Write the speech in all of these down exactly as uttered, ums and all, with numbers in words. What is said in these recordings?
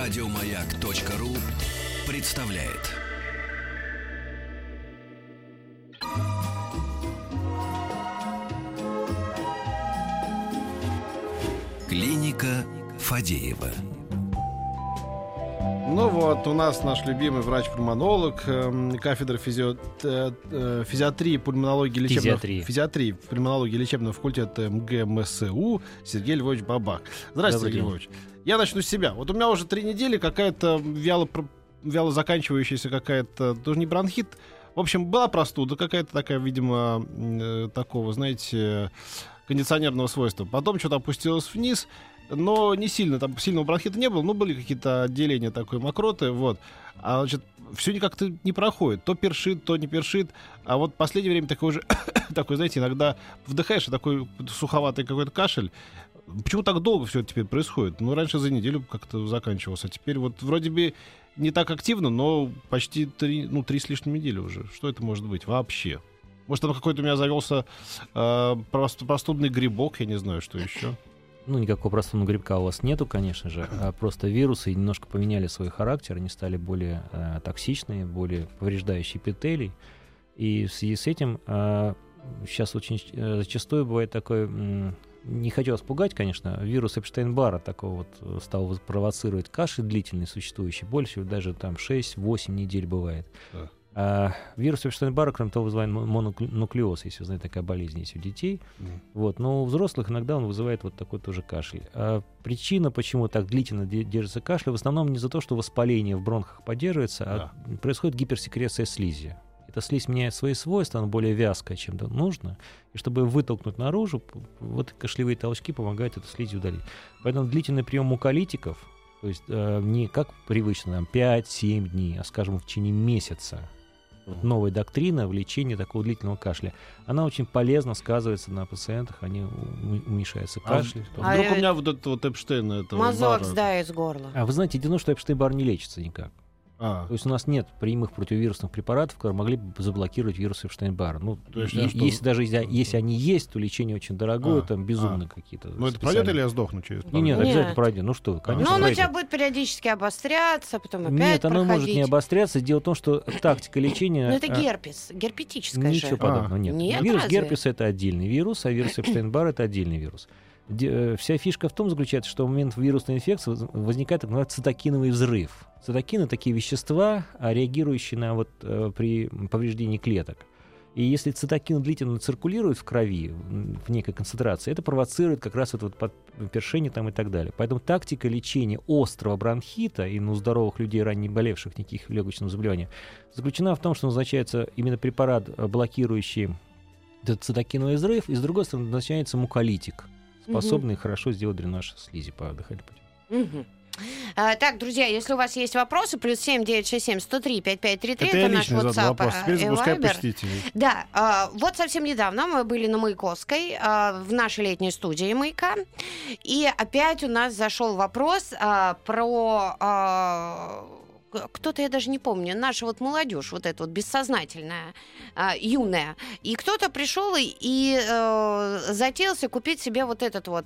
Радиомаяк.ру представляет. Клиника Фадеева. Ну вот, у нас наш любимый врач-пульмонолог, э, кафедра физио, э, физиатрии, пульмонологии, лечебного, физиатрии. физиатрии, пульмонологии лечебного факультета МГМСУ Сергей Львович Бабак. Здравствуйте, Сергей Львович. Я начну с себя. Вот у меня уже три недели какая-то вяло, вяло заканчивающаяся какая-то, тоже не бронхит. В общем, была простуда какая-то такая, видимо, э, такого, знаете, кондиционерного свойства. Потом что-то опустилось вниз. Но не сильно, там сильного бронхита не было, ну, были какие-то отделения такой мокроты, вот. А, значит, все никак-то не проходит. То першит, то не першит. А вот в последнее время такой уже, такой, знаете, иногда вдыхаешь, и такой суховатый какой-то кашель. Почему так долго все это теперь происходит? Ну, раньше за неделю как-то заканчивался. А теперь вот вроде бы не так активно, но почти три, ну, три с лишним недели уже. Что это может быть вообще? Может, там какой-то у меня завелся э, простудный грибок, я не знаю, что еще. Ну, никакого простудного грибка у вас нету, конечно же. А просто вирусы немножко поменяли свой характер, они стали более э, токсичные, более повреждающие эпителий. И в связи с этим э, сейчас очень э, зачастую бывает такой... М- не хочу вас пугать, конечно, вирус Эпштейн-Барра такого вот стал провоцировать кашель длительный, существующий, больше даже там шесть-восемь недель бывает. Да. А вирус Эпштейн-Барра, кроме того, вызывает мононуклеоз, если вы знаете, такая болезнь есть у детей. Mm. Вот. Но у взрослых иногда он вызывает вот такой тоже кашель. А причина, почему так длительно держится кашель, в основном не за то, что воспаление в бронхах поддерживается, а yeah. происходит гиперсекреция слизи. Эта слизь меняет свои свойства, она более вязкая, чем нужно. И чтобы вытолкнуть наружу, вот кашлевые толчки помогают эту слизь удалить. Поэтому длительный прием муколитиков, то есть э, не как привычно, там, пять-семь дней, а, скажем, в течение месяца, вот новая доктрина в лечении такого длительного кашля, она очень полезно сказывается на пациентах, они уменьшаются кашель. А, а вдруг я... у меня вот этот вот Эпштейн... Мазок сдает с горла. А вы знаете, единственное, что Эпштейн-Барр не лечится никак. А. То есть у нас нет прямых противовирусных препаратов, которые могли бы заблокировать вирус Эпштейн-Барра. Ну, то есть, и, что... если даже если, если они есть, то лечение очень дорогое, а. там безумно а. какие-то. Ну это пройдет или я сдохну через пару? Нет, нет, обязательно пройдет. Ну что, конечно. Но он пройдет. у тебя будет периодически обостряться, потом опять Нет, проходить. оно может не обостряться. Дело в том, что тактика лечения... Ну это герпес, герпетическая же. Ничего подобного нет. Нет, вирус разве? герпеса — это отдельный вирус, а вирус Эпштейн-Барра — это отдельный вирус. Вся фишка в том заключается, что в момент вирусной инфекции возникает так называемый цитокиновый взрыв. Цитокины — такие вещества, реагирующие на вот, при повреждении клеток. И если цитокины длительно циркулируют в крови в некой концентрации, это провоцирует как раз вот, вот першение там и так далее. Поэтому тактика лечения острого бронхита и у здоровых людей, ранее не болевших никаких легочных заболеваний, заключена в том, что назначается именно препарат, блокирующий этот цитокиновый взрыв, и с другой стороны назначается муколитик, способный угу. хорошо сделать дренаж слизи по дыхательному пути. Угу. А, так, друзья, если у вас есть вопросы, плюс семь девятьсот шестьдесят семь сто три пятьдесят пять тридцать три, это, это наш WhatsApp и Viber. Да, а, вот совсем недавно мы были на Маяковской, а, в нашей летней студии Маяка, и опять у нас зашел вопрос а, про... А, кто-то, я даже не помню, наша вот молодежь, вот эта вот бессознательная, э, юная, и кто-то пришел и, и э, затеялся купить себе вот этот вот,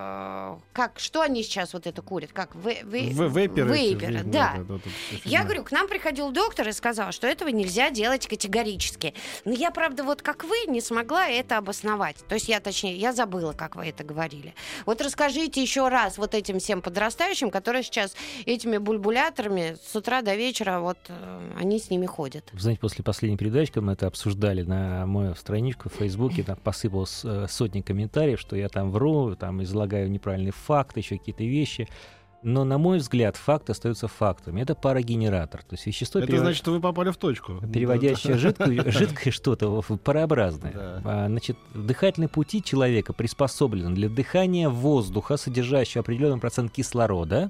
э, как, что они сейчас вот это курят, как ве- ве- вейперы, вейперы, эти, да. да, да, да, Я говорю, к нам приходил доктор и сказал, что этого нельзя делать категорически. Но я, правда, вот как вы, не смогла это обосновать. То есть я, точнее, я забыла, как вы это говорили. Вот расскажите еще раз вот этим всем подрастающим, которые сейчас этими бульбуляторами с утра до вечера, вот э, они с ними ходят. Вы знаете, после последней передачи, когда мы это обсуждали на мою страничку в Фейсбуке, там посыпалось э, сотни комментариев, что я там вру, там излагаю неправильные факты, еще какие-то вещи. Но, на мой взгляд, факт остается фактом. Это парогенератор. То есть вещество... Это перевод... значит, что вы попали в точку. Переводящее жидкое, жидкое что-то парообразное. Да. А, значит, дыхательные пути человека приспособлены для дыхания воздуха, содержащего определенный процент кислорода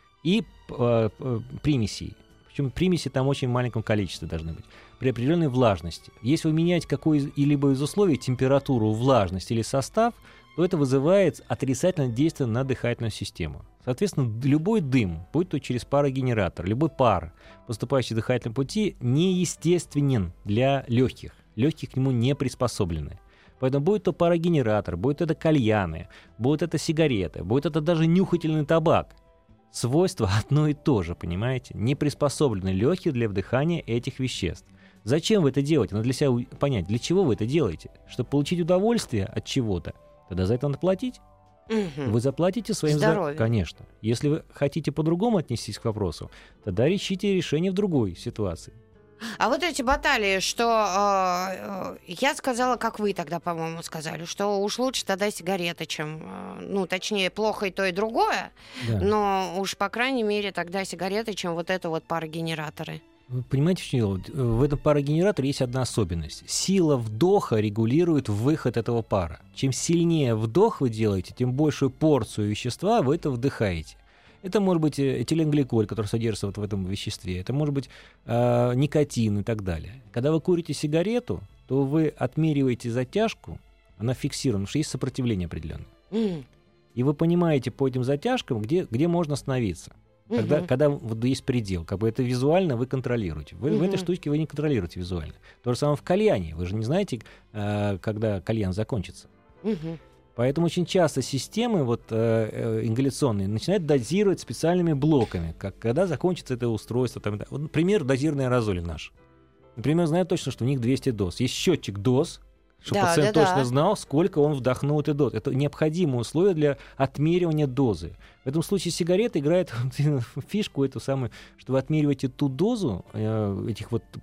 и э, э, примесей. Причем примеси там очень в маленьком количестве должны быть. При определенной влажности. Если вы меняете какое-либо из условий, температуру, влажность или состав, то это вызывает отрицательное действие на дыхательную систему. Соответственно, любой дым, будь то через парогенератор, любой пар, поступающий в дыхательном пути, неестественен для легких. Легкие к нему не приспособлены. Поэтому будет то парогенератор, будет это кальяны, будет это сигареты, будет это даже нюхательный табак. свойство одно и то же, понимаете? Не приспособлены легкие для вдыхания этих веществ. Зачем вы это делаете? Надо для себя понять, для чего вы это делаете? Чтобы получить удовольствие от чего-то, тогда за это надо платить. Угу. Вы заплатите своим здоровьем. Конечно. Если вы хотите по-другому отнестись к вопросу, тогда ищите решение в другой ситуации. А вот эти баталии, что э, я сказала, как вы тогда, по-моему, сказали, что уж лучше тогда сигареты, чем, э, ну, точнее, плохо и то, и другое, да. Но уж, по крайней мере, тогда сигареты, чем вот это вот парогенераторы. Вы понимаете, что дело? В этом парогенераторе есть одна особенность. Сила вдоха регулирует выход этого пара. Чем сильнее вдох вы делаете, тем большую порцию вещества вы это вдыхаете. Это может быть этиленгликоль, который содержится вот в этом веществе. Это может быть э, никотин и так далее. Когда вы курите сигарету, то вы отмериваете затяжку, она фиксирована, потому что есть сопротивление определенное. Mm. И вы понимаете по этим затяжкам, где, где можно остановиться. Когда, mm-hmm. когда вот есть предел, как бы это визуально вы контролируете. Вы, mm-hmm. В этой штуке вы не контролируете визуально. То же самое в кальяне. Вы же не знаете, э, когда кальян закончится. Mm-hmm. Поэтому очень часто системы вот, э, ингаляционные начинают дозировать специальными блоками, как, когда закончится это устройство. Там, вот, например, дозированные аэрозоли наши. Например, знаю точно, что у них двести доз. Есть счетчик доз, чтобы да, пациент да, точно да. знал, сколько он вдохнул этой дозы. Это необходимое условие для отмеривания дозы. В этом случае сигарета играет фишку эту самую, что вы отмериваете ту дозу э, этих вот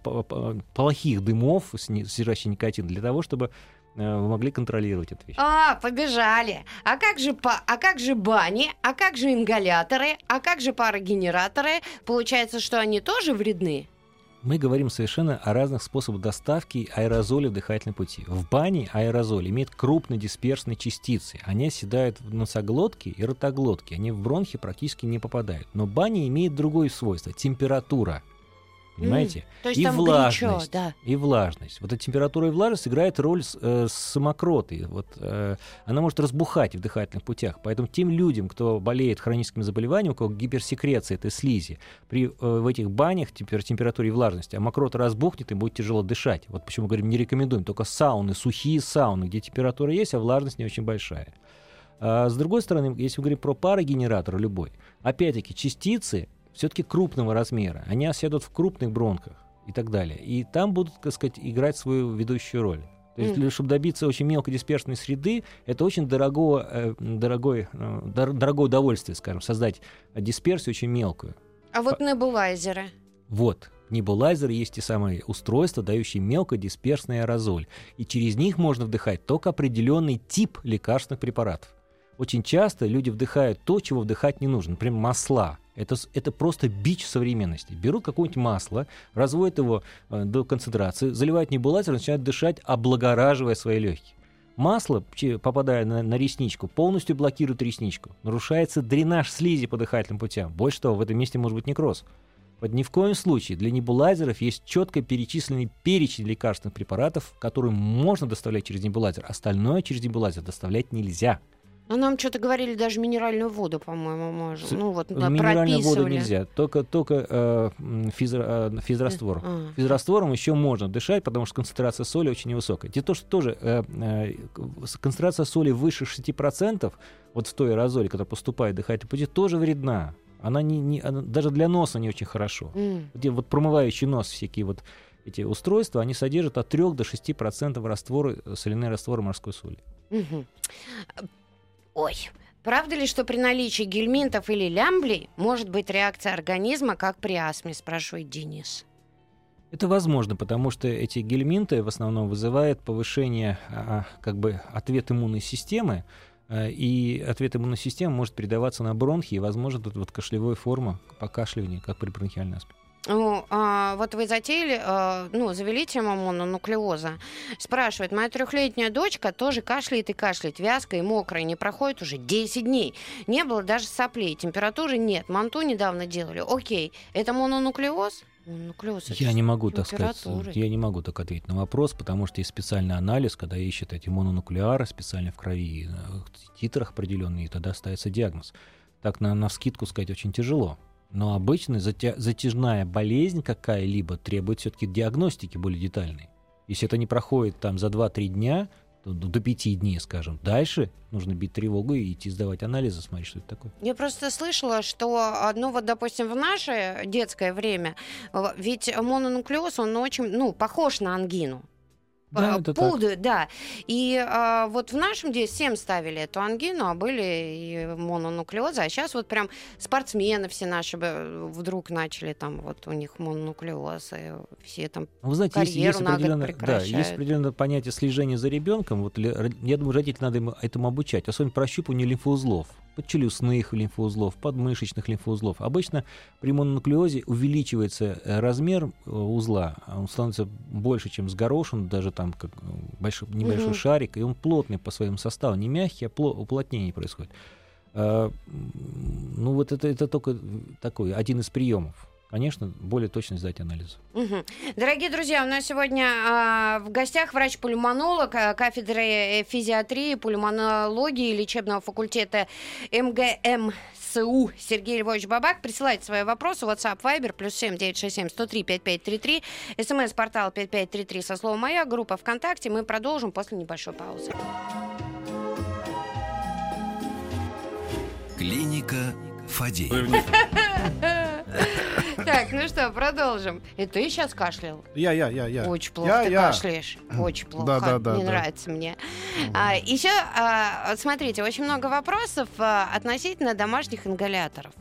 плохих дымов, содержащих никотин, для того, чтобы вы могли контролировать эту вещь. А, побежали. А как же, а как же бани? А как же ингаляторы? А как же парогенераторы? Получается, что они тоже вредны? Мы говорим совершенно о разных способах доставки аэрозоля в дыхательном пути. В бане аэрозоль имеет крупные дисперсные частицы. Они оседают в носоглотке и ротоглотке. Они в бронхи практически не попадают. Но баня имеет другое свойство — температура. Понимаете? Mm, то есть и там влажность, горячо, да. и влажность. Вот эта температура и влажность играет роль э, самокроты. Вот, э, она может разбухать в дыхательных путях. Поэтому тем людям, кто болеет хроническим заболеванием, у кого гиперсекреция этой слизи, при, э, в этих банях темпер, температуре и влажности, а мокрота разбухнет, им будет тяжело дышать. Вот почему мы говорим, не рекомендуем. Только сауны, сухие сауны, где температура есть, а влажность не очень большая. А с другой стороны, если мы говорим про парогенератор любой, опять-таки частицы все-таки крупного размера. Они оседут в крупных бронхах и так далее. И там будут, так сказать, играть свою ведущую роль. То есть, mm. чтобы добиться очень мелкой дисперсной среды, это очень дорогое, э, дорогое, э, дор- дорогое удовольствие, скажем, создать дисперсию очень мелкую. А вот небулайзеры? Вот. Небулайзеры есть те самые устройства, дающие мелкодисперсный аэрозоль. И через них можно вдыхать только определенный тип лекарственных препаратов. Очень часто люди вдыхают то, чего вдыхать не нужно. Например, масла. Это, это просто бич современности. Берут какое-нибудь масло, разводят его э, до концентрации, заливают небулайзер и начинают дышать, облагораживая свои легкие. Масло, попадая на, на ресничку, полностью блокирует ресничку. Нарушается дренаж слизи по дыхательным путям. Больше того, в этом месте может быть некроз. Вот ни в коем случае для небулайзеров есть четко перечисленный перечень лекарственных препаратов, которые можно доставлять через небулайзер. Остальное через небулайзер доставлять нельзя. Ну, нам что-то говорили, даже минеральную воду, по-моему, можно. С... Ну, вот, минеральную воду нельзя, только, только э, физра, э, физраствор. А. Физраствором еще можно дышать, потому что концентрация соли очень невысокая. Дело в том, что тоже э, э, концентрация соли выше шесть процентов, вот в той аэрозоле, которая поступает в дыхательный путь, тоже вредна. Она, не, не, она даже для носа не очень хорошо. Mm. Где вот промывающий нос всякие вот эти устройства, они содержат от трёх до шести процентов раствора, соляные растворы морской соли. Mm-hmm. Ой, правда ли, что при наличии гельминтов или лямблей может быть реакция организма, как при астме, спрашивает Денис? Это возможно, потому что эти гельминты в основном вызывают повышение а, как бы ответ иммунной системы, а, и ответ иммунной системы может передаваться на бронхи, и, возможно, тут вот кашлевая форма, покашливание, как при бронхиальной астме. Ну, а, вот вы затеяли, а, ну, завели тему мононуклеоза. Спрашивает, моя трехлетняя дочка тоже кашляет и кашляет, вязко и мокрая, не проходит уже десять дней. Не было даже соплей, температуры нет, манту недавно делали. Окей, это мононуклеоз? Мононуклеоз, я не могу так сказать, я не могу так ответить на вопрос, потому что есть специальный анализ, когда ищут эти мононуклеары специально в крови, в титрах определенные, и тогда ставится диагноз. Так на, навскидку сказать очень тяжело. Но обычно затяжная болезнь какая-либо требует все-таки диагностики более детальной. Если это не проходит там за два-три дня, то до пяти дней, скажем. Дальше нужно бить тревогу и идти сдавать анализы, смотреть, что это такое. Я просто слышала, что, ну вот, допустим, в наше детское время, ведь мононуклеоз, он очень, ну, похож на ангину. Да, Пуды, да. И а, вот в нашем детстве всем ставили эту ангину, а были и мононуклеозы. А сейчас вот прям спортсмены все наши вдруг начали, там вот у них мононуклеоз, и все там Вы знаете, карьеру есть, есть на год прекращают. Да, есть определенное понятие слежения за ребенком. Вот, я думаю, родителям надо ему, этому обучать, особенно прощупыванию лимфоузлов. Подчелюстных лимфоузлов, подмышечных лимфоузлов. Обычно при мононуклеозе увеличивается размер узла, он становится больше, чем с горошин, даже там как большой, небольшой угу. шарик, и он плотный по своему составу, не мягкий, а пло, уплотнение происходит. А, ну вот это, это только такой один из приемов. Конечно, более точно сдать анализы. Угу. Дорогие друзья, у нас сегодня э, в гостях врач-пульмонолог кафедры физиатрии, пульмонологии лечебного факультета эм гэ эм эс у Сергей Львович Бабак. Присылайте свои вопросы. WhatsApp, Viber, плюс семь девятьсот шестьдесят семь сто три пятьдесят пять тридцать три. СМС-портал пять пять три три со словом «Моя». Группа ВКонтакте. Мы продолжим после небольшой паузы. Клиника Фадеева. Так, ну что, продолжим. И ты сейчас кашлял? Я, я, я, я. Очень плохо я, ты я. кашляешь. Очень плохо. Да, да, да, Не да. нравится мне. А, еще, а, смотрите, очень много вопросов а, относительно домашних ингаляторов.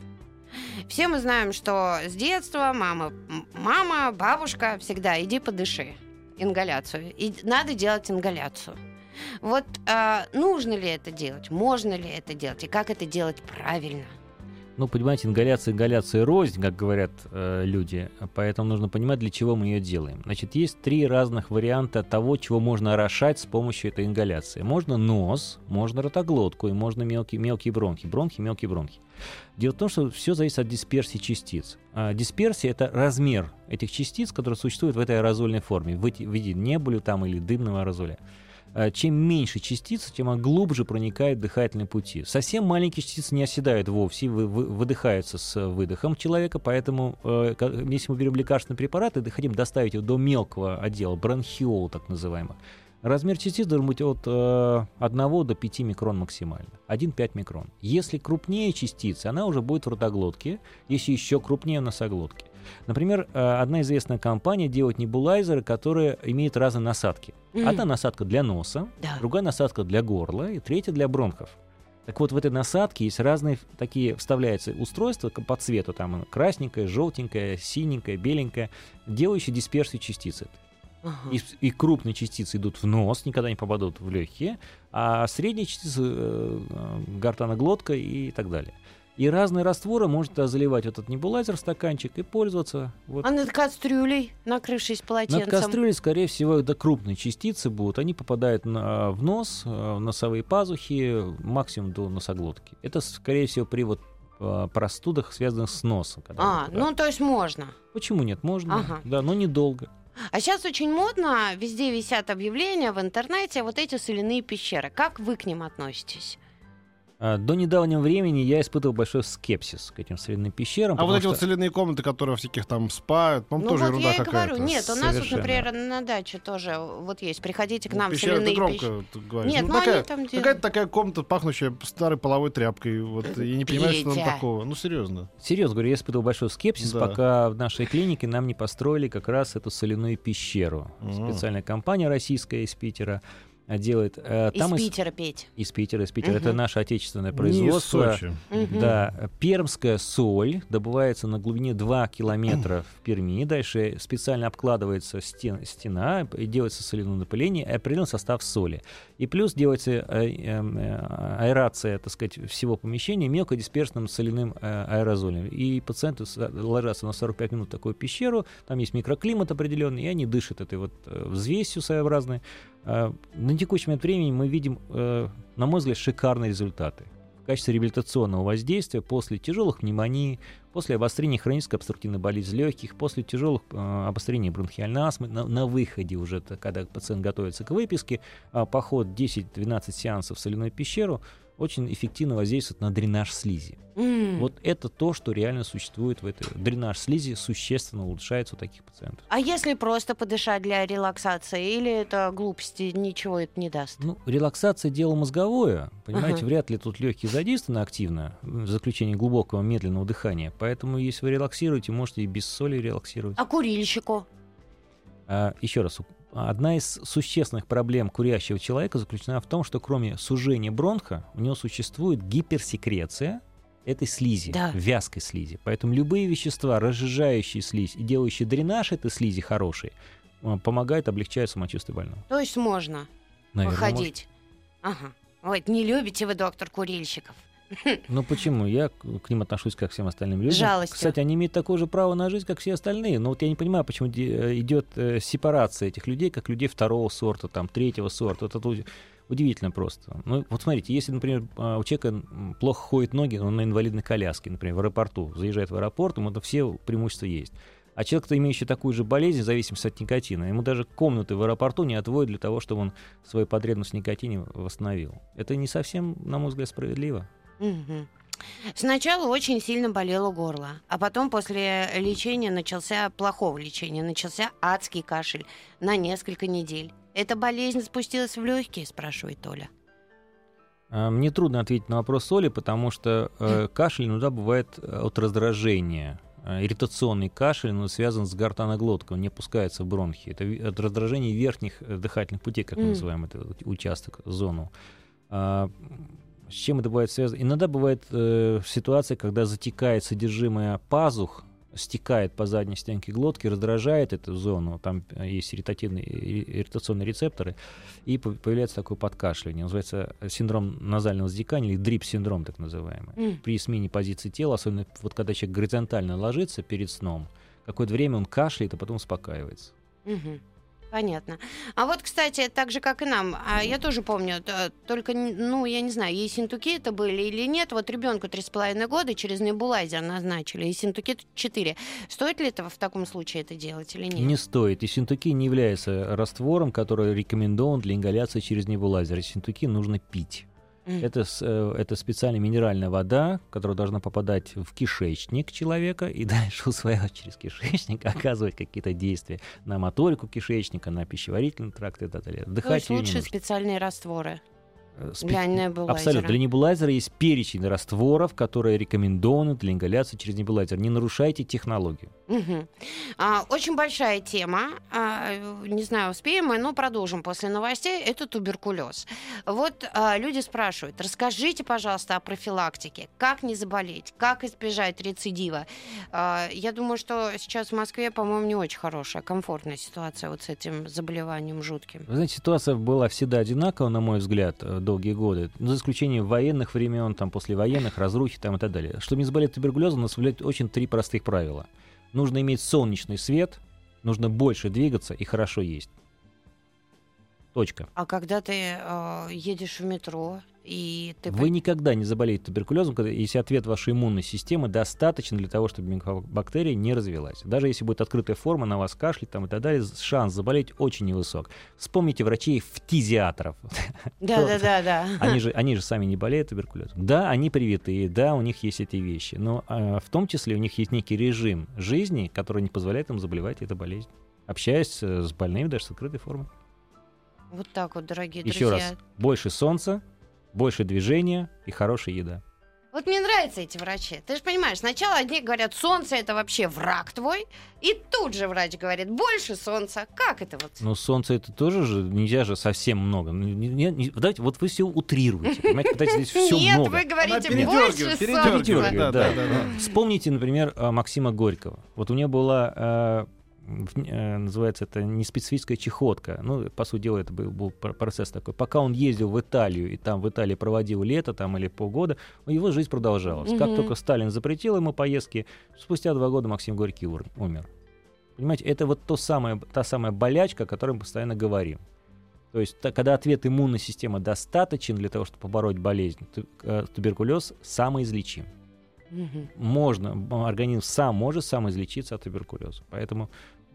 Все мы знаем, что с детства мама, мама, бабушка всегда иди подыши. Ингаляцию. И надо делать ингаляцию. Вот а, нужно ли это делать? Можно ли это делать? И как это делать правильно? Ну, понимаете, ингаляция, ингаляция рознь, как говорят э, люди, поэтому нужно понимать, для чего мы ее делаем. Значит, есть три разных варианта того, чего можно орошать с помощью этой ингаляции. Можно нос, можно ротоглотку, и можно мелкие, мелкие бронхи. Бронхи, мелкие бронхи. Дело в том, что все зависит от дисперсии частиц. А дисперсия — это размер этих частиц, которые существуют в этой аэрозольной форме, в виде небули там, или дымного аэрозоля. Чем меньше частиц, тем она глубже проникает в дыхательные пути. Совсем маленькие частицы не оседают вовсе, вы, вы, выдыхаются с выдохом человека, поэтому э, если мы берем лекарственные препараты и хотим доставить его до мелкого отдела, бронхиол так называемого, размер частиц должен быть от э, одного до пяти микрон максимально. один-пять микрон. Если крупнее частицы, она уже будет в ротоглотке, если еще крупнее — в носоглотке. Например, одна известная компания делает небулайзеры, которые имеют разные насадки. Mm-hmm. Одна насадка для носа, да. другая насадка для горла и третья для бронхов. Так вот, в этой насадке есть разные такие, вставляются устройства по цвету, там красненькое, желтенькое, синенькое, беленькое, делающие дисперсию частиц. Uh-huh. И, и крупные частицы идут в нос, никогда не попадут в легкие, а средние частицы э, гортаноглотка и так далее. И разные растворы можно заливать в этот небулайзер в стаканчик и пользоваться. Вот. А над кастрюлей, накрывшись полотенцем? Над кастрюлей, скорее всего, это крупные частицы будут. Они попадают на, в нос, в носовые пазухи, максимум до носоглотки. Это, скорее всего, при вот простудах, связанных с носом. А, вот, ну то есть можно? Почему нет? Можно, ага. да, но недолго. А сейчас очень модно, везде висят объявления в интернете, вот эти соляные пещеры. Как вы к ним относитесь? До недавнего времени я испытывал большой скепсис к этим соляным пещерам. А вот эти что... вот соляные комнаты, которые всяких там спа, по-моему, ну тоже вот ерунда я и какая-то. говорю, нет, у нас Совершенно. вот, например, на даче тоже вот есть, приходите к нам, ну, пещера, соляные пещеры. Нет, ну, ну, ну такая, они там делают. Какая-то такая комната, пахнущая старой половой тряпкой. Вот, я не понимаю, что там такого. Ну, серьезно. Серьезно говорю, я испытывал большой скепсис, да. пока в нашей клинике нам не построили как раз эту соляную пещеру. Mm-hmm. Специальная компания российская из Питера делает. Э, из там Питера, из... Петь. Из Питера, из Питера. Uh-huh. Это наше отечественное производство. Не из Сочи. Uh-huh. Да. Пермская соль добывается на глубине два километра в Перми. Дальше специально обкладывается стен, стена, и делается соляное напыление и определенный состав соли. И плюс делается э, э, аэрация, так сказать, всего помещения мелкодисперсным соляным э, аэрозолем. И пациенты ложатся на сорок пять минут в такую пещеру, там есть микроклимат определенный, и они дышат этой вот взвесью своеобразной. На текущий момент времени мы видим, на мой взгляд, шикарные результаты. В качестве реабилитационного воздействия после тяжелых пневмоний, после обострения хронической обструктивной болезни легких, после тяжелых обострений бронхиальной астмы, на, на выходе уже, когда пациент готовится к выписке, поход десять-двенадцать сеансов в соляную пещеру очень эффективно воздействует на дренаж слизи. Mm. Вот это то, что реально существует в этой... Дренаж слизи существенно улучшается у таких пациентов. А если просто подышать для релаксации, или это глупости, ничего это не даст? Ну, релаксация — дело мозговое. Понимаете, uh-huh. вряд ли тут легкие задействованы активно, в заключении глубокого медленного дыхания. Поэтому, если вы релаксируете, можете и без соли релаксировать. А курильщику? А, еще раз, одна из существенных проблем курящего человека заключена в том, что кроме сужения бронха у него существует гиперсекреция этой слизи, да. вязкой слизи. Поэтому любые вещества, разжижающие слизь и делающие дренаж этой слизи хороший, помогают облегчать самочувствие больного. То есть можно Наверное, выходить? Может. Ага. Вот, не любите вы, доктор, курильщиков? Ну почему? Я к ним отношусь как к всем остальным людям. Жалостью. Кстати, они имеют такое же право на жизнь, как все остальные. Но вот я не понимаю, почему идет сепарация этих людей, как людей второго сорта, там, третьего сорта. Вот это удивительно просто. Ну, вот смотрите, если, например, у человека плохо ходят ноги, он на инвалидной коляске, например, в аэропорту, заезжает в аэропорт, ему это все преимущества есть. А человек, кто имеющий такую же болезнь, в зависимости от никотина, ему даже комнаты в аэропорту не отводят для того, чтобы он свою потребность в никотине восстановил. Это не совсем, на мой взгляд, справедливо. Угу. Сначала очень сильно болело горло, а потом после лечения начался, плохого лечения, начался адский кашель на несколько недель. Эта болезнь спустилась в легкие, спрашивает Оля. Мне трудно ответить на вопрос Оли, потому что э, кашель иногда бывает от раздражения. Ирритационный кашель, он связан с гортаноглоткой, он не опускается в бронхи. Это от раздражения верхних дыхательных путей, как мы mm. называем этот участок, зону. А, с чем это бывает связано? Иногда бывает э, ситуация, когда затекает содержимое пазух, стекает по задней стенке глотки, раздражает эту зону, там есть ирритативные, ирритационные рецепторы, и появляется такое подкашливание. Называется синдром назального затекания, или дрип-синдром, так называемый. Mm. При смене позиции тела, особенно вот когда человек горизонтально ложится перед сном, какое-то время он кашляет, а потом успокаивается. Mm-hmm. Понятно. А вот, кстати, так же, как и нам, а я тоже помню, только, ну, я не знаю, ессентуки это были или нет, вот ребенку три с половиной года через небулайзер назначили, ессентуки четыре. Стоит ли это в таком случае это делать или нет? Не стоит. Ессентуки не является раствором, который рекомендован для ингаляции через небулайзер. Ессентуки нужно пить. Это, это специальная минеральная вода, которая должна попадать в кишечник человека и дальше усваивать через кишечник, оказывать какие-то действия на моторику кишечника, на пищеварительный тракт и так далее. То есть лучше специальные растворы для небулайзера. Абсолютно. Для небулайзера есть перечень растворов, которые рекомендованы для ингаляции через небулайзер. Не нарушайте технологию. Угу. А, очень большая тема. А, не знаю, успеем мы, но продолжим после новостей. Это туберкулез. Вот а, люди спрашивают, расскажите, пожалуйста, о профилактике. Как не заболеть? Как избежать рецидива? А, я думаю, что сейчас в Москве, по-моему, не очень хорошая, комфортная ситуация вот с этим заболеванием жутким. Вы знаете, ситуация была всегда одинакова, на мой взгляд, долгие годы, за исключением военных времен, там, послевоенных, разрухи там, и так далее. Чтобы не заболеть туберкулезом, нас соблюдают очень три простых правила. Нужно иметь солнечный свет, нужно больше двигаться и хорошо есть. Точка. А когда ты э, едешь в метро, и ты... Вы никогда не заболеете туберкулезом, когда, если ответ вашей иммунной системы достаточно для того, чтобы микобактерия не развилась. Даже если будет открытая форма, на вас кашлять там, и так далее, шанс заболеть очень невысок. Вспомните врачей-фтизиатров. Да-да-да. Они же, они же сами не болеют туберкулезом. Да, они привитые, да, у них есть эти вещи, но э, в том числе у них есть некий режим жизни, который не позволяет им заболевать этой болезнью, общаясь с больными даже с открытой формой. Вот так вот, дорогие Еще друзья. Еще раз, больше солнца, больше движения и хорошая еда. Вот мне нравятся эти врачи. Ты же понимаешь, сначала одни говорят, солнце это вообще враг твой, и тут же врач говорит, больше солнца. Как это вот? Ну, солнце это тоже же, нельзя же совсем много. Не, не, не, давайте, вот вы все утрируете, понимаете, пытаетесь здесь все Нет, много. Нет, вы говорите, больше солнца. Да, да, да, да. Вспомните, например, Максима Горького. Вот у него была... называется это неспецифическая чехотка. Ну, по сути дела, это был процесс такой. Пока он ездил в Италию, и там в Италии проводил лето там, или полгода, его жизнь продолжалась. Mm-hmm. Как только Сталин запретил ему поездки, спустя два года Максим Горький умер. Понимаете, это вот то самое, та самая болячка, о которой мы постоянно говорим. То есть, та, когда ответ иммунной системы достаточен для того, чтобы побороть болезнь, туберкулез самоизлечим. Mm-hmm. Можно, организм сам может самоизлечиться от туберкулеза. Поэтому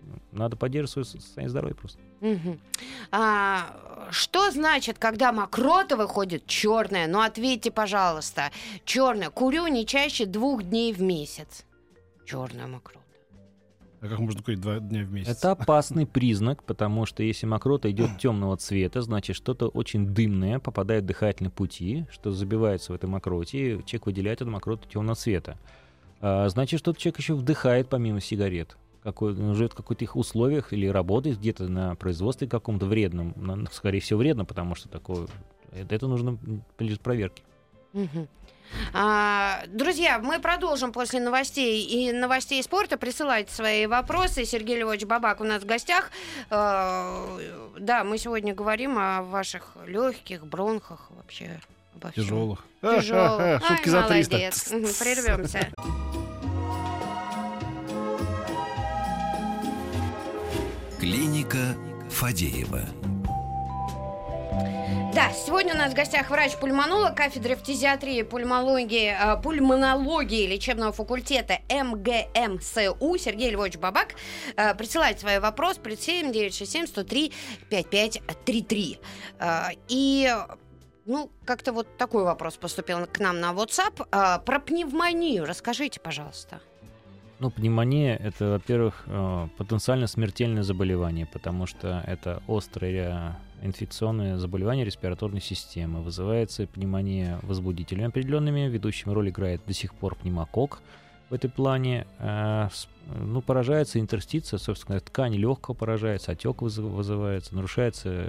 надо поддерживать свое состояние здоровья просто. Угу. А, что значит, когда мокрота выходит черная? Ну, ответьте, пожалуйста. Черная. Курю не чаще двух дней в месяц. Черная мокрота. А как можно курить два дня в месяц? Это опасный признак, потому что если мокрота идет темного цвета, значит, что-то очень дымное попадает в дыхательные пути, что забивается в этой мокроте, и человек выделяет эту мокроту темного цвета. А, значит, что-то человек еще вдыхает помимо сигарет. Какой, он живет в каких-то их условиях или работает где-то на производстве каком-то вредном. На, скорее всего, вредно, потому что такое, это, это нужно для проверки. Угу. А, друзья, мы продолжим после новостей и новостей спорта. Присылайте свои вопросы. Сергей Львович Бабак у нас в гостях. А, да, мы сегодня говорим о ваших легких, бронхах, вообще обо всем. Тяжелых. Тяжелых. Шутки за триста. Прервемся. Клиника Фадеева. Да, сегодня у нас в гостях врач-пульмонолог кафедры фтизиатрии, пульмонологии, э, пульмонологии лечебного факультета эм гэ эм эс у Сергей Львович Бабак. Э, присылайте свои вопросы плюс семь девятьсот шестьдесят семь сто три пятьдесят пять тридцать три. Э, и, ну, как-то вот такой вопрос поступил к нам на WhatsApp. Э, про пневмонию расскажите, пожалуйста. Ну, пневмония — это, во-первых, потенциально смертельное заболевание, потому что это острое инфекционное заболевание респираторной системы. Вызывается пневмония возбудителями определенными. Ведущую роль играет до сих пор пневмококк в этой плане. Ну, поражается интерстиция, собственно, ткань легкого поражается, отек вызывается, нарушается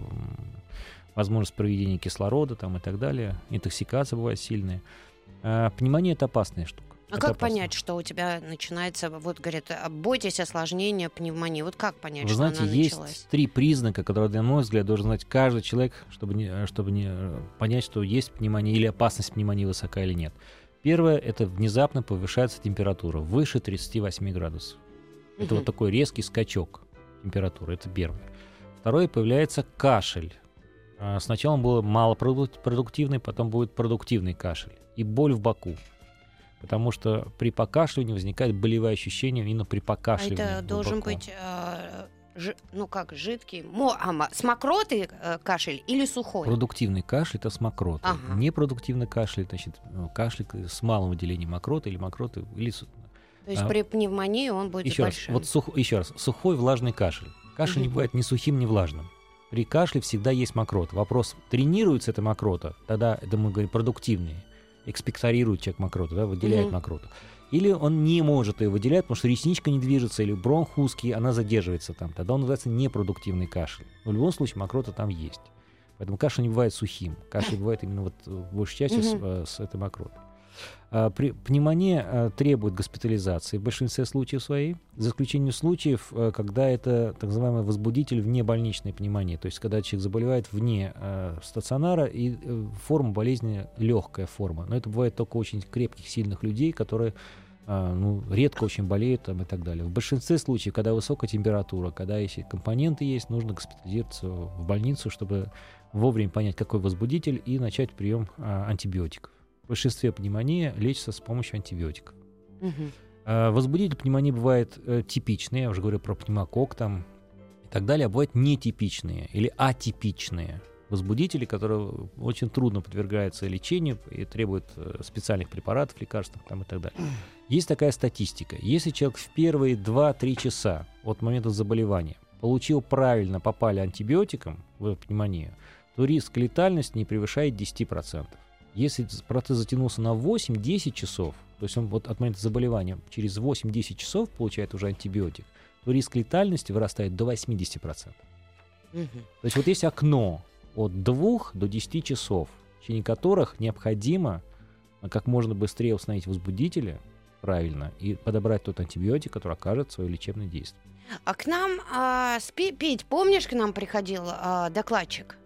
возможность проведения кислорода там, и так далее. Интоксикация бывает сильная. Пневмония — это опасная штука. А это как опасно. Понять, что у тебя начинается, вот говорят, бойтесь осложнения пневмонии. Вот как понять, Вы что знаете, она есть началась? Три признака, которые, на мой взгляд, должен знать каждый человек, чтобы, не, чтобы не, понять, что есть пневмония или опасность пневмонии высока или нет. Первое — это внезапно повышается температура выше тридцати восьми градусов. Это угу. вот такой резкий скачок температуры. Это первое. Второе — появляется кашель. Сначала он был малопродуктивный, потом будет продуктивный кашель. И боль в боку. Потому что при покашливании возникает болевые ощущения именно при покашливании. А это глубоко. Должен быть, э, жи, ну как, жидкий, мо, а, с мокротой э, кашель или сухой? Продуктивный кашель — это с мокротой. Ага. Непродуктивный кашель, значит, кашель с малым выделением мокроты или мокроты. Или... То есть а, при пневмонии он будет еще большим? Раз, вот сух, еще раз, сухой влажный кашель. Кашель не бывает ни сухим, ни влажным. При кашле всегда есть мокрота. Вопрос, тренируется эта мокрота, тогда, это мы говорим, продуктивные. Экспекторирует человек мокроту, да, выделяет mm-hmm. мокроту. Или он не может ее выделять, потому что ресничка не движется, или бронх узкий, она задерживается там. Тогда он называется непродуктивный кашель. Но в любом случае мокрота там есть. Поэтому кашель не бывает сухим. Кашель бывает именно вот в большей части mm-hmm. с, с этой мокротой. А, при, пневмония а, требует госпитализации в большинстве случаев своей, за исключением случаев, а, когда это так называемый возбудитель вне больничной пневмонии, то есть когда человек заболевает вне а, стационара, и а, форма болезни легкая форма. Но это бывает только у очень крепких, сильных людей, которые а, ну, редко очень болеют там, и так далее. В большинстве случаев, когда высокая температура, когда если компоненты есть, нужно госпитализироваться в больницу, чтобы вовремя понять, какой возбудитель, и начать прием а, антибиотиков. В большинстве пневмонии лечится с помощью антибиотиков. Угу. А, возбудитель пневмонии бывает э, типичные, я уже говорю про пневмококк там и так далее, а бывают нетипичные или атипичные возбудители, которые очень трудно подвергаются лечению и требуют э, специальных препаратов, лекарств там, и так далее. Есть такая статистика. Если человек в первые два-три часа от момента заболевания получил правильно, попали антибиотиком в пневмонию, то риск летальности не превышает десять процентов. Если процесс затянулся на восемь-десять часов, то есть он вот от момента заболевания через восемь-десять часов получает уже антибиотик, то риск летальности вырастает до восемьдесят процентов. Угу. То есть вот есть окно от двух до десяти часов, в течение которых необходимо как можно быстрее установить возбудители правильно и подобрать тот антибиотик, который окажет свое лечебное действие. А к нам, а, спи, Петь, помнишь, к нам приходил а, докладчик?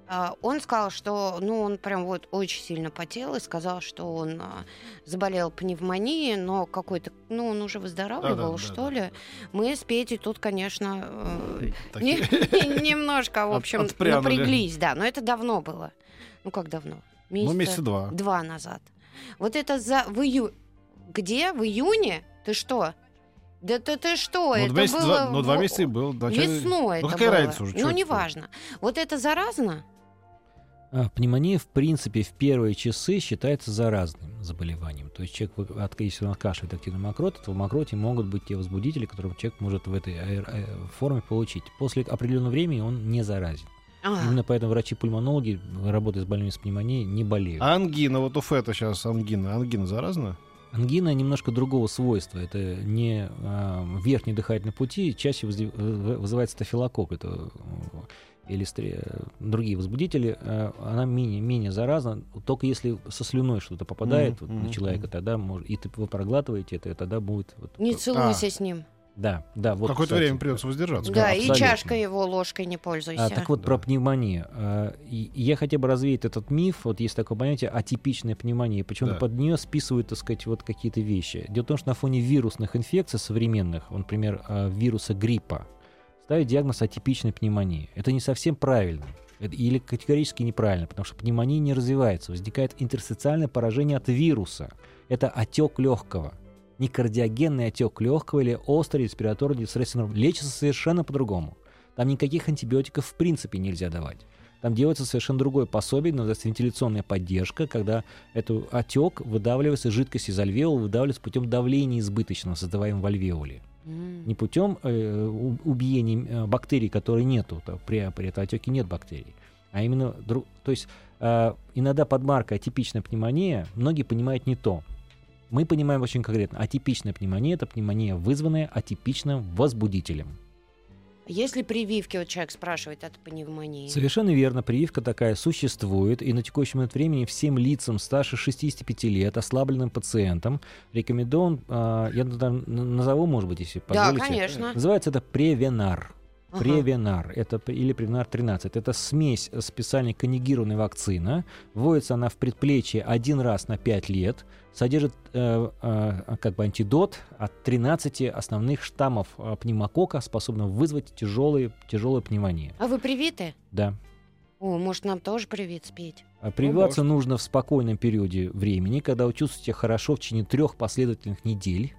Он сказал, что ну, он прям вот очень сильно потел и сказал, что он а, заболел пневмонией, но какой-то, ну, он уже выздоравливал, да, да, что да, ли. Да, да. Мы с Петей тут, конечно, э, не, не, немножко, в общем, От, напряглись, да, но это давно было. Ну, как давно? Месяца, ну, месяца два. Два назад. Вот это за в ию... Где? В июне? Ты что? Да ты, ты что? Ну, это месяца, было два, ну, два месяца и был. Весной ну, это какая было. разница уже? Ну, неважно. Вот это заразно? А, пневмония, в принципе, в первые часы считается заразным заболеванием. То есть человек, от, если он откашляет активный мокрот, то в мокроте могут быть те возбудители, которые человек может в этой форме получить. После определенного времени он не заразен. А. Именно поэтому врачи-пульмонологи, работая с больными с пневмонией, не болеют. А ангина, вот у Фета сейчас ангина. Ангина заразна? Ангина немножко другого свойства. Это не а, верхние дыхательные пути, чаще вызывает стафилококк. Это или другие возбудители, она менее, менее заразна, только если со слюной что-то попадает mm-hmm. вот, на человека, тогда может, и вы проглатываете это, и тогда будет... Вот, не целуйся а. с ним. Да, да. Вот, какое-то время придется воздержаться. Да, да, и чашкой его ложкой не пользуйся. А, так вот, да. Про пневмонию. А, и, я хотел бы развеять этот миф. Вот есть такое понятие атипичная пневмония. Почему-то да. под нее списывают, так сказать, вот какие-то вещи. Дело в том, что на фоне вирусных инфекций современных, например, вируса гриппа, ставить диагноз атипичной пневмонии. Это не совсем правильно. Это, или категорически неправильно, потому что пневмония не развивается. Возникает интерстициальное поражение от вируса. Это отек легкого. Не кардиогенный отек легкого или острый респираторный дистресс синдром. Лечится совершенно по-другому. Там никаких антибиотиков в принципе нельзя давать. Там делается совершенно другое пособие, называется вентиляционная поддержка, когда этот отек выдавливается, жидкость из альвеол выдавливается путем давления избыточного, создаваемого в альвеоле. Mm. Не путем э, убиения бактерий, которые нету, то, при, при этом отеке нет бактерий, а именно, друг, то есть э, иногда под маркой атипичная пневмония многие понимают не то. Мы понимаем очень конкретно. Атипичная пневмония — это пневмония, вызванная атипичным возбудителем. Есть ли прививки, вот человек спрашивает, от пневмонии? Совершенно верно, прививка такая существует, и на текущий момент времени всем лицам старше шестидесяти пяти лет, ослабленным пациентам, рекомендован, э, я назову, может быть, если позволите. Да, конечно. Называется это Превенар. Превенар, ага. это, или Превенар тринадцать, это смесь специальной конъюгированной вакцины, вводится она в предплечье один раз на пять лет, содержит э, э, как бы антидот от тринадцати основных штаммов э, пневмококка, способных вызвать тяжелые, тяжелую пневмонию. А вы привиты? Да. О, может, нам тоже привиться петь? А прививаться ну, нужно в спокойном периоде времени, когда вы чувствуете себя хорошо в течение трех последовательных недель.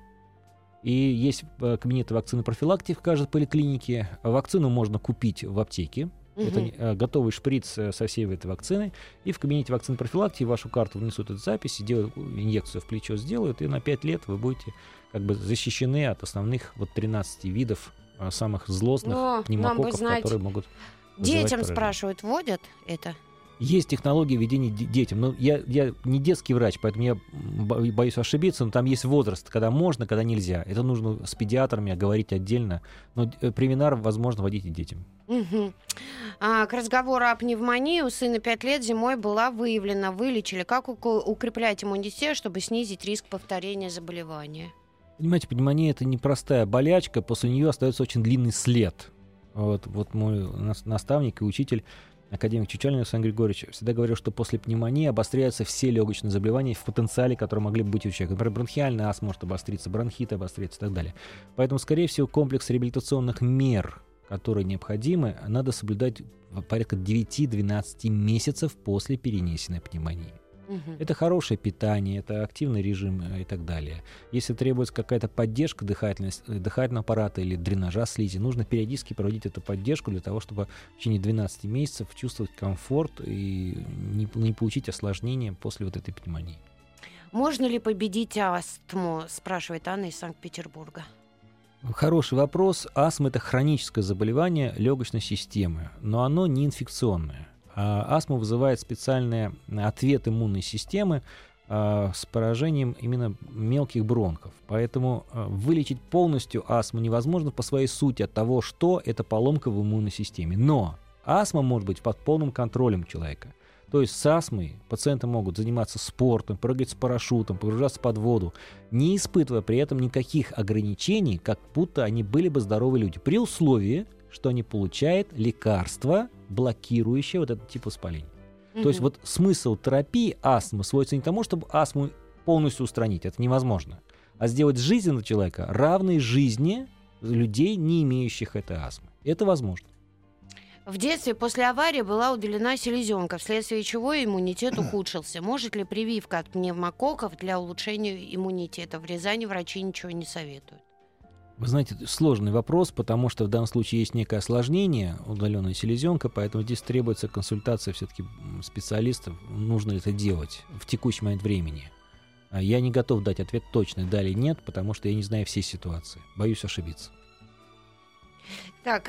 И есть кабинеты вакцины профилактики в каждой поликлинике. Вакцину можно купить в аптеке. Угу. Это э, готовый шприц со всей этой вакциной. И в кабинете вакцины профилактики вашу карту внесут эту запись, делают инъекцию в плечо, сделают, и на пять лет вы будете как бы защищены от основных вот тринадцати видов э, самых злостных О, пневмококков, которые могут детям поражение. Спрашивают, вводят это? Есть технологии введения детям. Но я, я не детский врач, поэтому я боюсь ошибиться, но там есть возраст, когда можно, когда нельзя. Это нужно с педиатрами говорить отдельно. Но Превенар возможно вводить и детям. Угу. А, к разговору о пневмонии у сына пять лет зимой была выявлена. Вылечили. Как укреплять иммунитет, чтобы снизить риск повторения заболевания? Понимаете, пневмония — это непростая болячка. После нее остается очень длинный след. Вот, вот мой наставник и учитель академик Чучалин Александр Григорьевич всегда говорил, что после пневмонии обостряются все легочные заболевания в потенциале, которые могли бы быть у человека. Например, бронхиальная астма может обостриться, бронхит обостриться и так далее. Поэтому, скорее всего, комплекс реабилитационных мер, которые необходимы, надо соблюдать порядка девяти-двенадцати месяцев после перенесенной пневмонии. Угу. Это хорошее питание, это активный режим и так далее. Если требуется какая-то поддержка дыхательного аппарата или дренажа слизи, нужно периодически проводить эту поддержку для того, чтобы в течение двенадцати месяцев чувствовать комфорт и не, не получить осложнения после вот этой пневмонии. Можно ли победить астму, спрашивает Анна из Санкт-Петербурга. Хороший вопрос. Астма — это хроническое заболевание легочной системы, но оно не инфекционное. Астму вызывает специальный ответ иммунной системы а, с поражением именно мелких бронхов. Поэтому а, вылечить полностью астму невозможно по своей сути от того, что это поломка в иммунной системе. Но астма может быть под полным контролем человека. То есть с астмой пациенты могут заниматься спортом, прыгать с парашютом, погружаться под воду, не испытывая при этом никаких ограничений, как будто они были бы здоровые люди. При условии, что они получают лекарства, блокирующие вот этот тип воспаления. Mm-hmm. То есть вот смысл терапии астмы сводится не к тому, чтобы астму полностью устранить. Это невозможно. А сделать жизнь у человека равной жизни людей, не имеющих этой астмы. Это возможно. В детстве после аварии была удалена селезенка, вследствие чего иммунитет ухудшился. Может ли прививка от пневмококков для улучшения иммунитета? В Рязани врачи ничего не советуют. Вы знаете, сложный вопрос, потому что в данном случае есть некое осложнение, удаленная селезенка, поэтому здесь требуется консультация все-таки специалистов, нужно ли это делать в текущий момент времени. Я не готов дать ответ точный, да или нет, потому что я не знаю всей ситуации. Боюсь ошибиться. Так,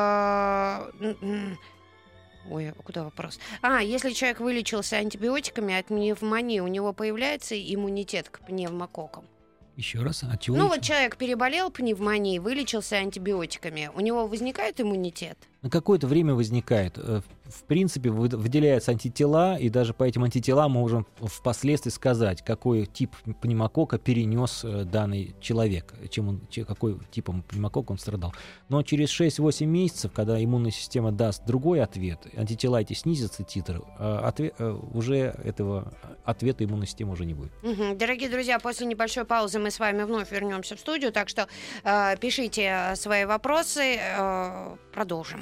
ой, куда вопрос? А, если человек вылечился антибиотиками от пневмонии, у него появляется иммунитет к пневмококкам? Еще раз, от чего? Ну вот человек переболел пневмонией, вылечился антибиотиками. У него возникает иммунитет? На какое-то время возникает. В принципе, выделяются антитела, и даже по этим антителам мы можем впоследствии сказать, какой тип пневмококка перенес данный человек, чем он, какой типом пневмококка он страдал. Но через шесть-восемь месяцев, когда иммунная система даст другой ответ, антитела эти снизятся, титр, ответ, уже этого ответа иммунной системы уже не будет. Угу. Дорогие друзья, после небольшой паузы мы с вами вновь вернемся в студию, так что э, пишите свои вопросы, э, продолжим.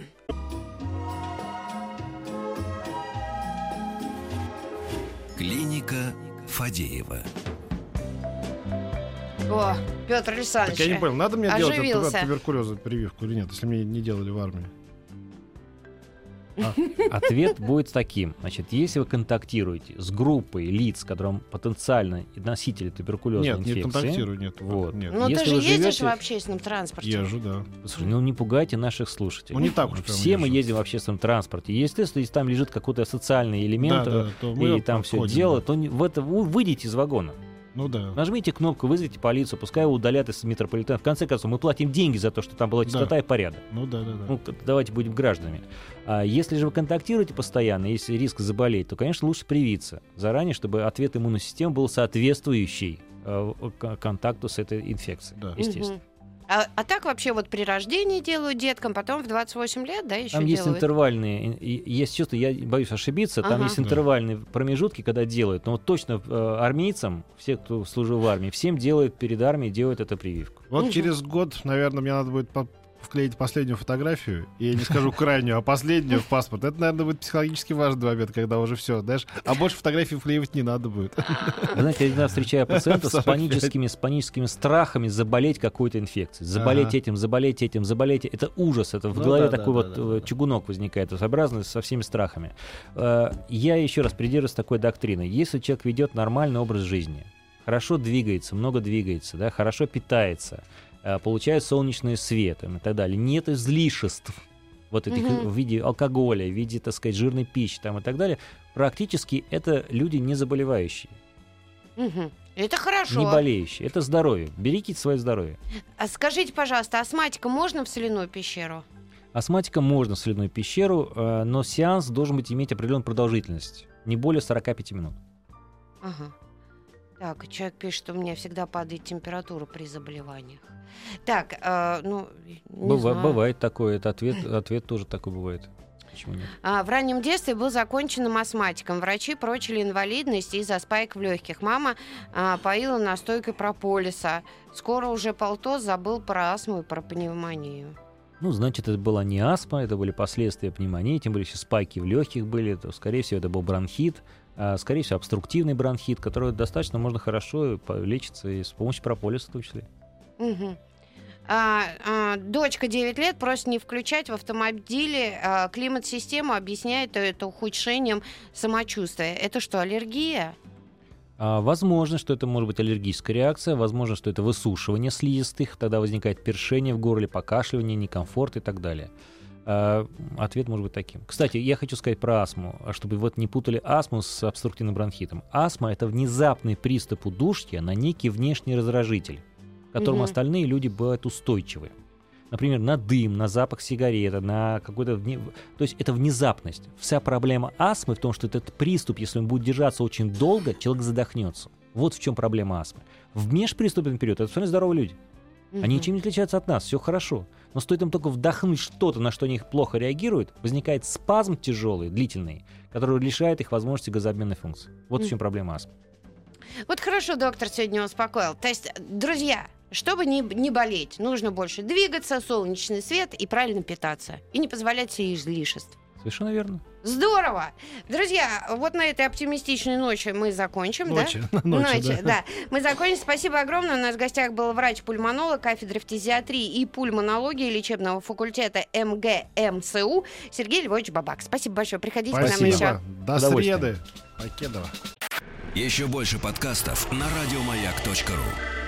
Клиника Фадеева. О, Петр Александрович, так я не понял, надо мне оживился. делать от туберкулеза прививку или нет, если мне не делали в армии? А, ответ будет таким. Значит, если вы контактируете с группой лиц, которым потенциально носители туберкулезной нет, инфекции... Нет, не контактирую, нет. Вот. нет. Ну, если ты же вы ездишь живете... в общественном транспорте? Езжу, да. Слушай, ну не пугайте наших слушателей. Ну, не так уж Все мы езжу. ездим в общественном транспорте. Естественно, если там лежит какой-то социальный элемент, да, да, то мы и там все дело, то в это вы выйдите из вагона. Ну да. Нажмите кнопку, вызовите полицию, пускай его удалят из метрополитена. В конце концов, мы платим деньги за то, что там была чистота да. и порядок. Ну да, да, да. Ну, давайте будем гражданами. А если же вы контактируете постоянно, если риск заболеть, то, конечно, лучше привиться заранее, чтобы ответ иммунной системы был соответствующий э, контакту с этой инфекцией, да. естественно. Угу. А, а так вообще вот при рождении делают деткам, потом в двадцать восемь лет, да, еще там делают? Есть интервальные, есть чувство, я боюсь ошибиться, там ага. есть интервальные да. промежутки, когда делают, но вот точно э, армейцам, все, кто служил в армии, всем делают перед армией, делают эту прививку. Вот угу. через год, наверное, мне надо будет по- вклеить последнюю фотографию, и я не скажу крайнюю, а последнюю в паспорт. Это, наверное, будет психологически важный момент, когда уже все, знаешь, а больше фотографий вклеивать не надо будет. Вы знаете, я иногда встречаю пациентов с паническими, с паническими страхами заболеть какой-то инфекцией. Заболеть ага. этим, заболеть этим, заболеть. Это ужас. Это в ну, голове да, такой да, вот да, да, чугунок возникает, своеобразный, со всеми страхами. Я еще раз придерживаюсь такой доктрины. Если человек ведет нормальный образ жизни, хорошо двигается, много двигается, да, хорошо питается, получает солнечный свет и так далее, нет излишеств вот этих mm-hmm. в виде алкоголя, в виде, так сказать, жирной пищи там, и так далее, практически это люди не заболевающие. Mm-hmm. Это хорошо. Не болеющие. Это здоровье. Берегите свое здоровье. А скажите, пожалуйста, астматика можно в соляную пещеру? Астматика можно в соляную пещеру, но сеанс должен быть иметь определенную продолжительность. Не более сорок пять минут. Ага. Так, человек пишет, что у меня всегда падает температура при заболеваниях. Так, э, ну, не Быва- знаю. Бывает такое, это ответ, ответ тоже такой бывает. Почему нет? А, в раннем детстве был законченным астматиком. Врачи прочили инвалидность из-за спаек в легких. Мама а, поила настойкой прополиса. Скоро уже полтос забыл про астму и про пневмонию. Ну, значит, это была не астма, это были последствия пневмонии, тем более, если спайки в легких были, то, скорее всего, это был бронхит, а, скорее всего, обструктивный бронхит, который достаточно можно хорошо лечиться и с помощью прополиса в том числе. Угу. А, а, дочка девять лет просит не включать в автомобиле а, климат-систему, объясняет это ухудшением самочувствия. Это что, аллергия? А, возможно, что это может быть аллергическая реакция, возможно, что это высушивание слизистых, тогда возникает першение в горле, покашливание, некомфорт и так далее. А, ответ может быть таким. Кстати, я хочу сказать про астму, чтобы вот не путали астму с обструктивным бронхитом. Астма — это внезапный приступ удушья на некий внешний раздражитель, к которому угу. остальные люди бывают устойчивы. Например, на дым, на запах сигареты, на какой-то... Вне... То есть это внезапность. Вся проблема астмы в том, что этот приступ, если он будет держаться очень долго, человек задохнется. Вот в чем проблема астмы. В межприступный период это абсолютно здоровые люди. Угу. Они ничем не отличаются от нас, все хорошо. Но стоит им только вдохнуть что-то, на что они плохо реагируют, возникает спазм тяжелый, длительный, который лишает их возможности газообменной функции. Вот угу. в чем проблема астмы. Вот хорошо доктор сегодня успокоил. То есть, друзья, чтобы не, не болеть, нужно больше двигаться, солнечный свет и правильно питаться. И не позволять себе излишеств. Совершенно верно. Здорово! Друзья, вот на этой оптимистичной ночи мы закончим, ночи, да? Ночи, ночи, да. да. Мы закончим. Спасибо огромное. У нас в гостях был врач-пульмонолог кафедры фтизиатрии и пульмонологии лечебного факультета эм гэ эм эс у Сергей Львович Бабак. Спасибо большое. Приходите Спасибо. к нам еще. До среды. Покедова. Еще больше подкастов на радиомаяк точка ру.